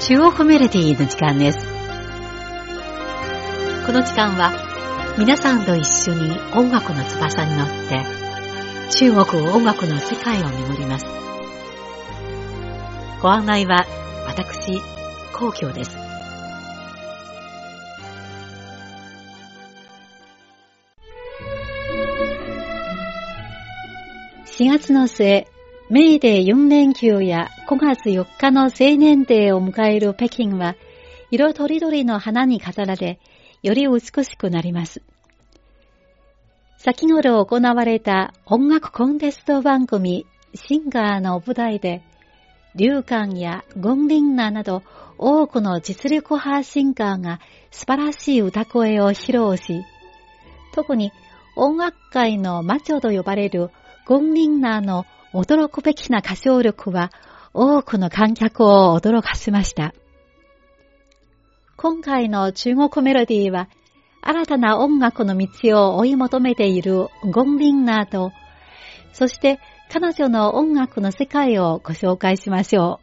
中国メロディーの時間です。この時間は皆さんと一緒に音楽の翼に乗って中国音楽の世界を巡ります。ご案内は私、皇居です。4月の末、メーデー4連休や5月4日の青年デーを迎える北京は、色とりどりの花に飾られ、より美しくなります。先頃行われた音楽コンテスト番組シンガーの舞台で、劉冠やゴンリンナなど多くの実力派シンガーが素晴らしい歌声を披露し、特に音楽界の魔女と呼ばれるゴンリンナの驚くべきな歌唱力は多くの観客を驚かせました。今回の中国メロディーは新たな音楽の道を追い求めているゴンリンナと、そして彼女の音楽の世界をご紹介しましょ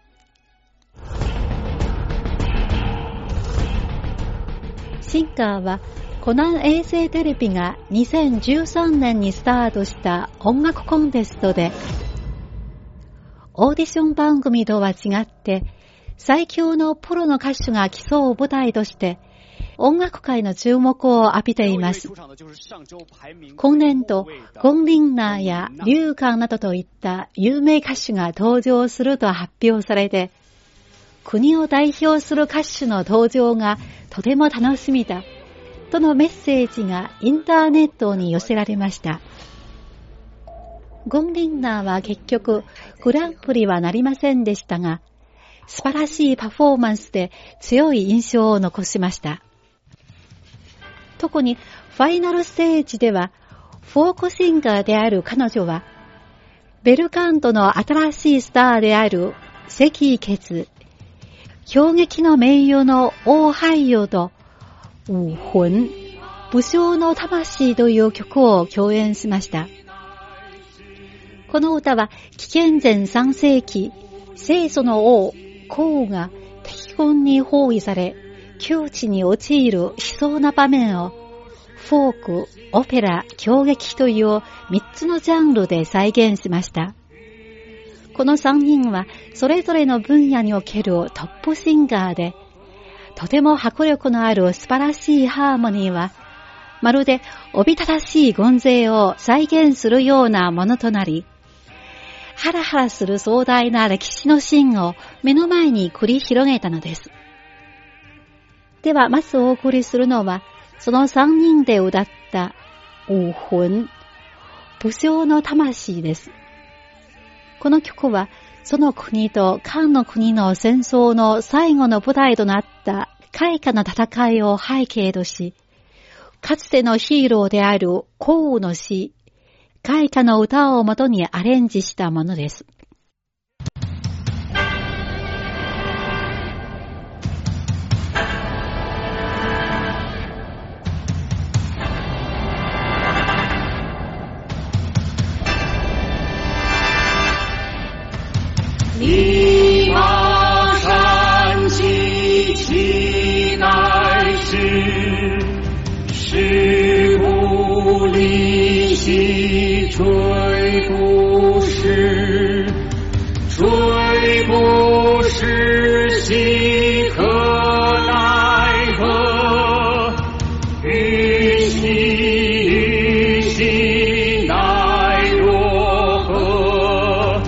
う。シンガーは湖南衛星テレビが2013年にスタートした音楽コンテストで、オーディション番組とは違って最強のプロの歌手が競う舞台として音楽界の注目を浴びています。今年度、ゴンリンナーや劉冠などといった有名歌手が登場すると発表されて、国を代表する歌手の登場がとても楽しみだとのメッセージがインターネットに寄せられました。ゴンリンナーは結局グランプリはなりませんでしたが、素晴らしいパフォーマンスで強い印象を残しました。特にファイナルステージではフォークシンガーである彼女はベルカントの新しいスターである関傑、氷撃の名誉の王俳優と武魂、武将の魂という曲を共演しました。この歌は紀元前3世紀、清楚の王、項が敵軍に包囲され、窮地に陥る悲壮な場面をフォーク、オペラ、狂劇という3つのジャンルで再現しました。この3人はそれぞれの分野におけるトップシンガーで、とても迫力のある素晴らしいハーモニーは、まるでおびただしい軍勢を再現するようなものとなり、ハラハラする壮大な歴史のシーンを目の前に繰り広げたのです。では、まずお送りするのは、その3人で歌った武魂、武将の魂です。この曲は、その国と漢の国の戦争の最後の舞台となった開化の戦いを背景とし、かつてのヒーローである項の詩、開化の歌をもとにアレンジしたものです。 你马山起起乃是时不离兮追不逝，追不逝兮可奈何，于兮奈若何。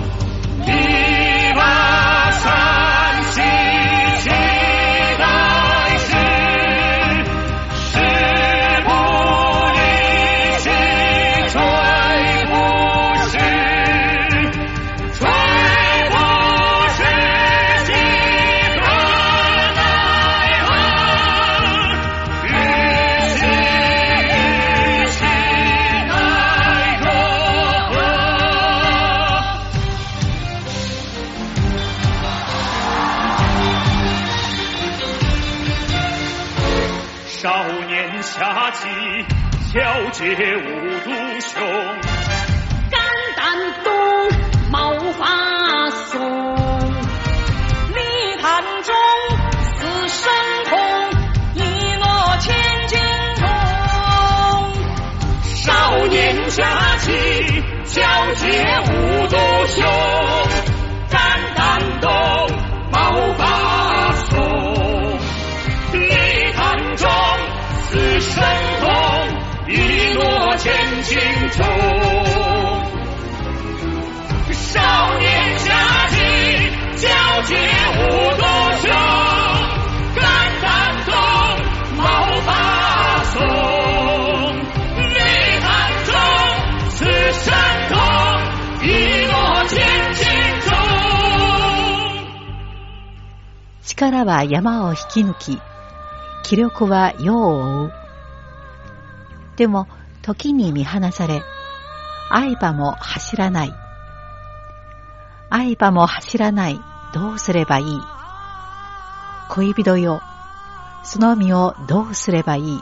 下棋，巧解无独雄。 肝胆动，毛发松，泥潭中。 力は山を引き抜き、気力は世を追う。でも、時に見放され、愛馬も走らない。愛馬も走らない。どうすればいい？恋人よ、その身をどうすればいい？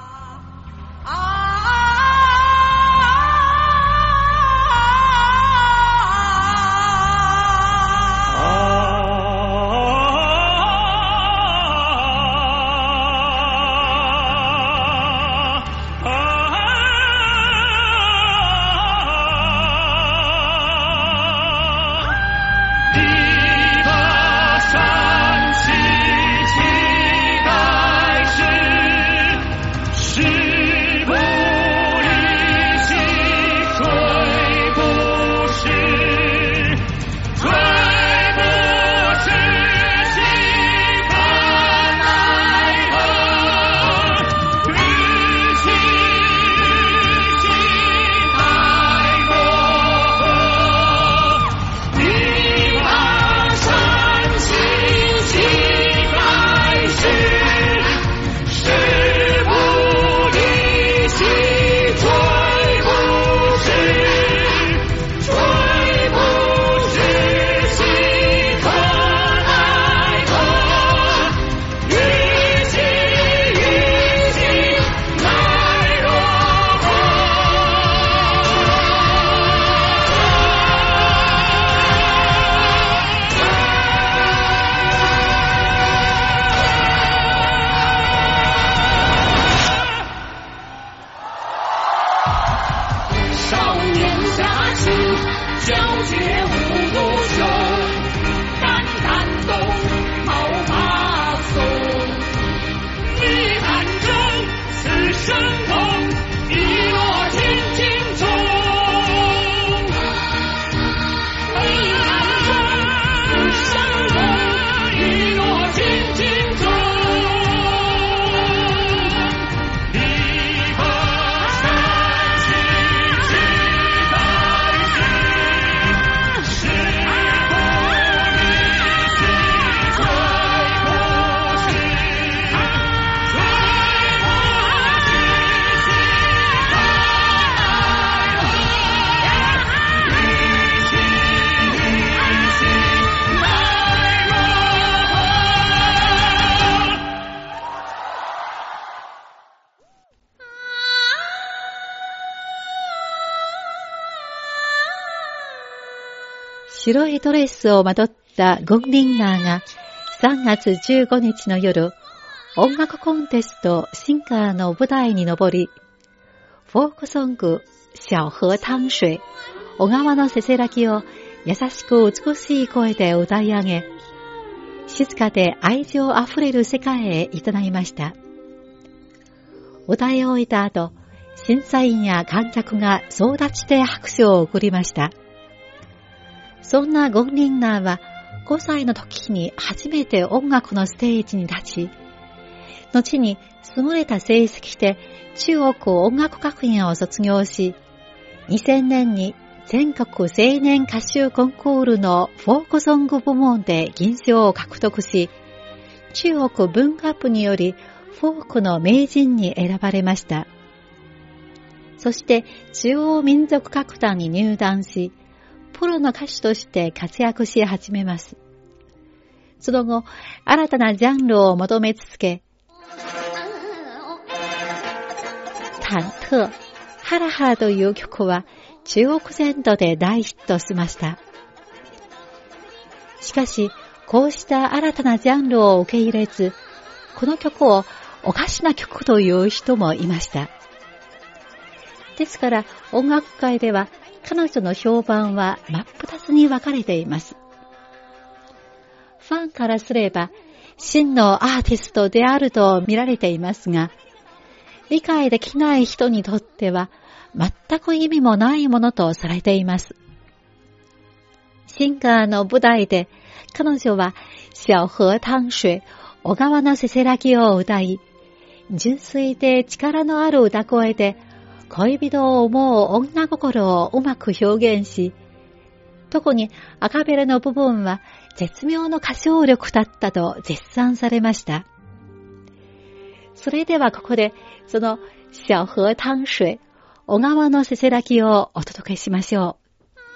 白いドレスをまとったゴンリンナーが3月15日の夜、音楽コンテストシンガーの舞台に上り、フォークソング、小河汤水、小川のせせらぎを優しく美しい声で歌い上げ、静かで愛情あふれる世界へいいました。歌い終えた後、審査員や観客が総立ちで拍手を送りました。そんなゴンリンナーは5歳の時に初めて音楽のステージに立ち、後に優れた成績で中国音楽学院を卒業し、2000年に全国青年歌手コンクールのフォークソング部門で銀賞を獲得し、中国文化部によりフォークの名人に選ばれました。そして中央民族楽団に入団し、プロの歌手として活躍し始めます。その後、新たなジャンルを求め続け、忐忑、ハラハラという曲は中国全土で大ヒットしました。しかし、こうした新たなジャンルを受け入れず、この曲をおかしな曲という人もいました。ですから、音楽界では彼女の評判は真っ二つに分かれています。ファンからすれば真のアーティストであると見られていますが、理解できない人にとっては全く意味もないものとされています。シンガーの舞台で彼女は小河湯水、小川のせせらぎを歌い、純粋で力のある歌声で恋人を思う女心をうまく表現し、 特にアカペラの部分は絶妙の歌唱力だったと絶賛されました。それではここでその小河湯水、小川のせせらぎをお届けしましょう。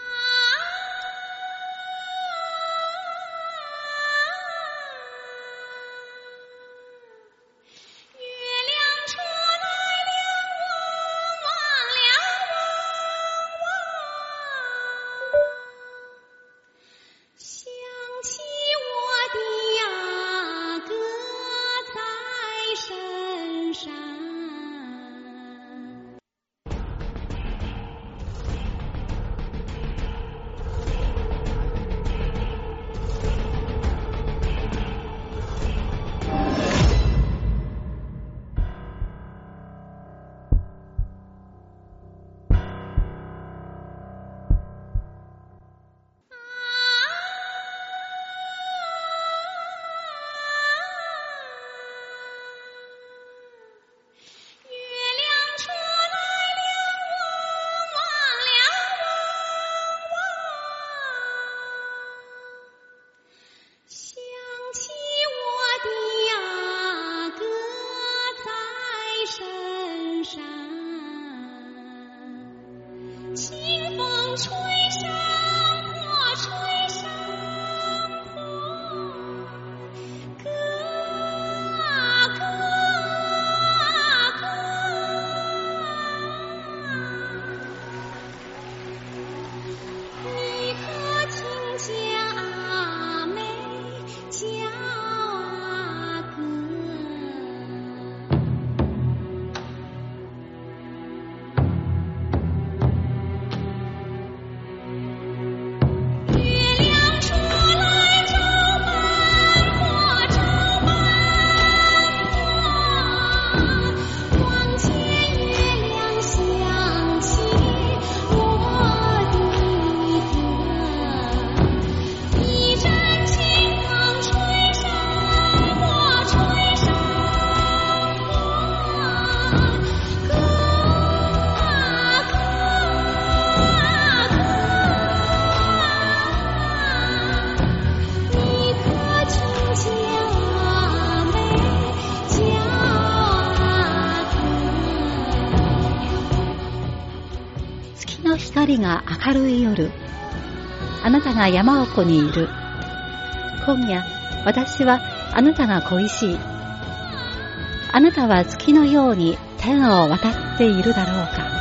光が明るい夜、あなたが山奥にいる。今夜、私はあなたが恋しい。あなたは月のように天を渡っているだろうか。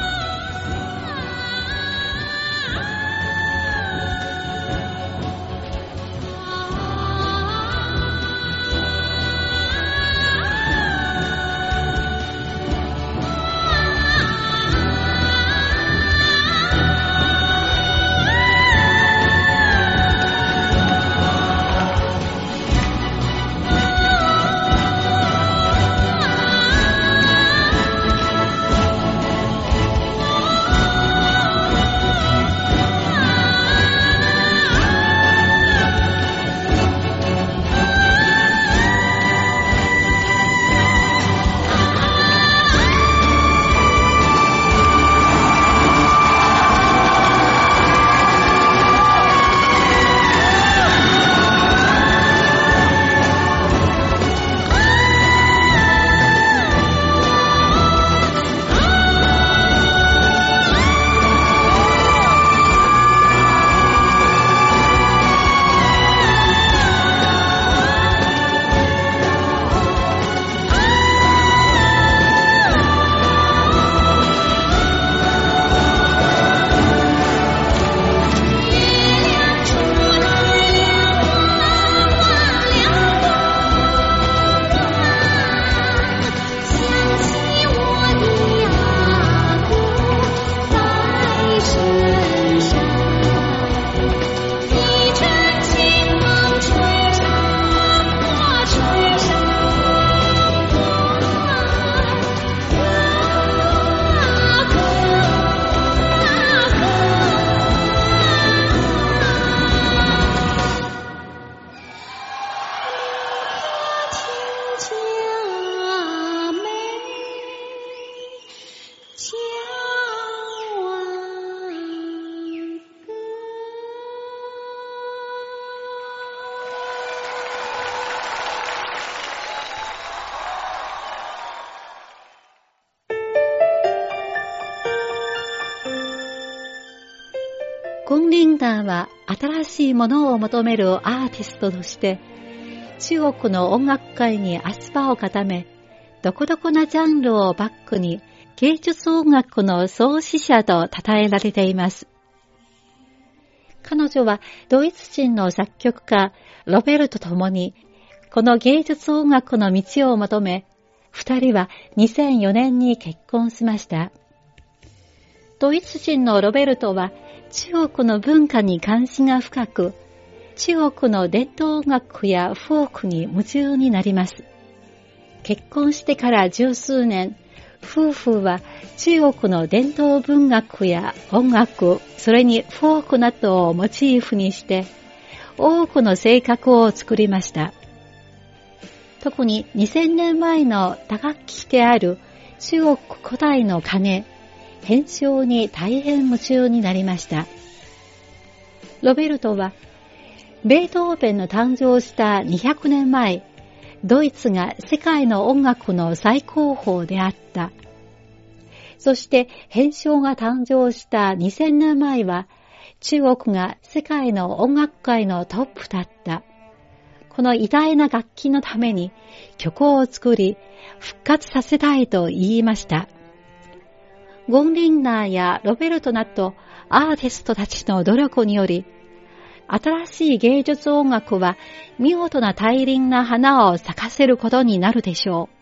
ナーは新しいものを求めるアーティストとして、中国の音楽界に足場を固め、独特なジャンルをバックに芸術音楽の創始者と称えられています。彼女はドイツ人の作曲家ロベルトと共にこの芸術音楽の道を求め、二人は2004年に結婚しました。ドイツ人のロベルトは中国の文化に関心が深く、中国の伝統音楽やフォークに夢中になります。結婚してから十数年、夫婦は中国の伝統文学や音楽、それにフォークなどをモチーフにして、多くの声楽を作りました。特に2000年前の打楽器である中国古代の鐘、編唱に大変夢中になりました。ロベルトは、ベートーベンの誕生した200年前、ドイツが世界の音楽の最高峰であった。そして編唱が誕生した2000年前は、中国が世界の音楽界のトップだった。この偉大な楽器のために曲を作り、復活させたいと言いました。ゴンリンナーやロベルトなどアーティストたちの努力により、新しい芸術音楽は見事な大輪な花を咲かせることになるでしょう。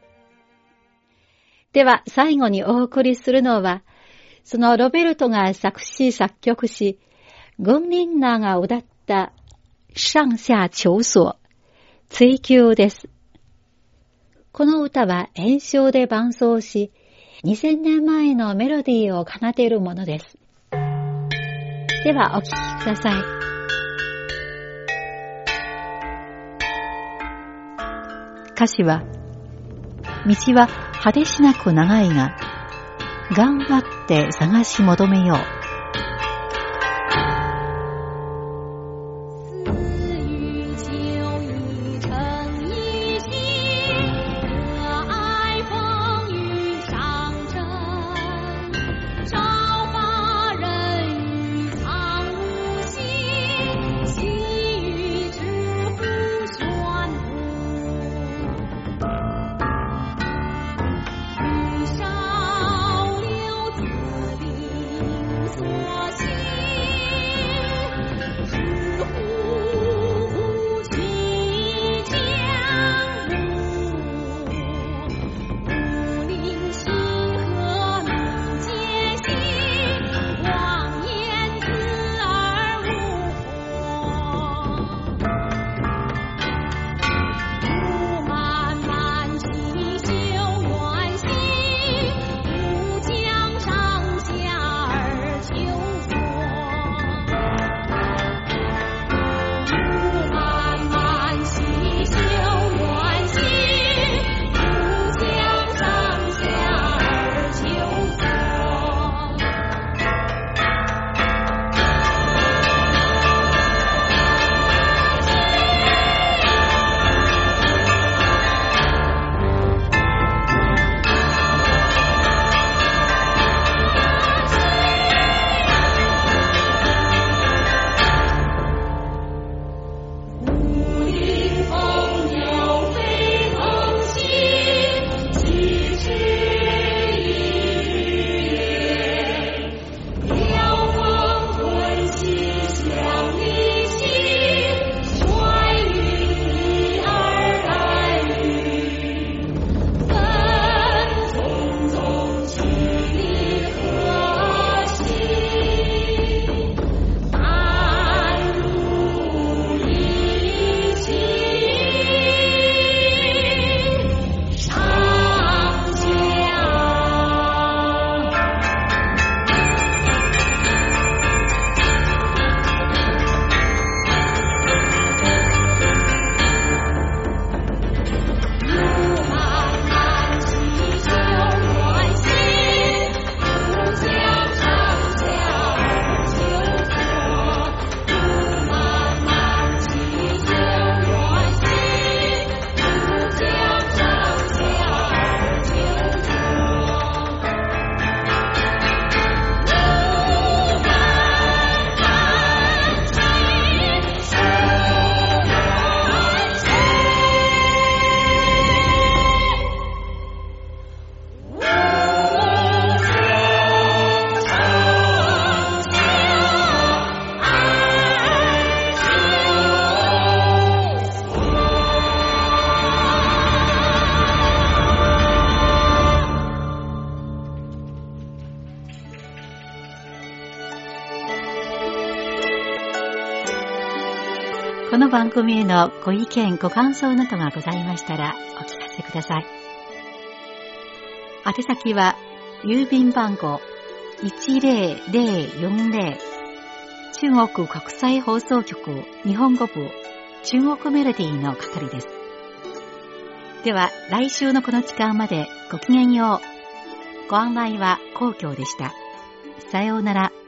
では最後にお送りするのは、そのロベルトが作詞作曲し、ゴンリンナーが歌った上下求索、追求です。この歌は演唱で伴奏し、2000年前のメロディーを奏でるものです。ではお聴きください。歌詞は、道は果てしなく長いが、頑張って探し求めよう。 この番組へのご意見ご感想などがございましたらお聞かせください。宛先は郵便番号 10040 中国国際放送局日本語部中国メロディーの係です。では来週のこの時間までごきげんよう。ご案内は皇居でした。さようなら。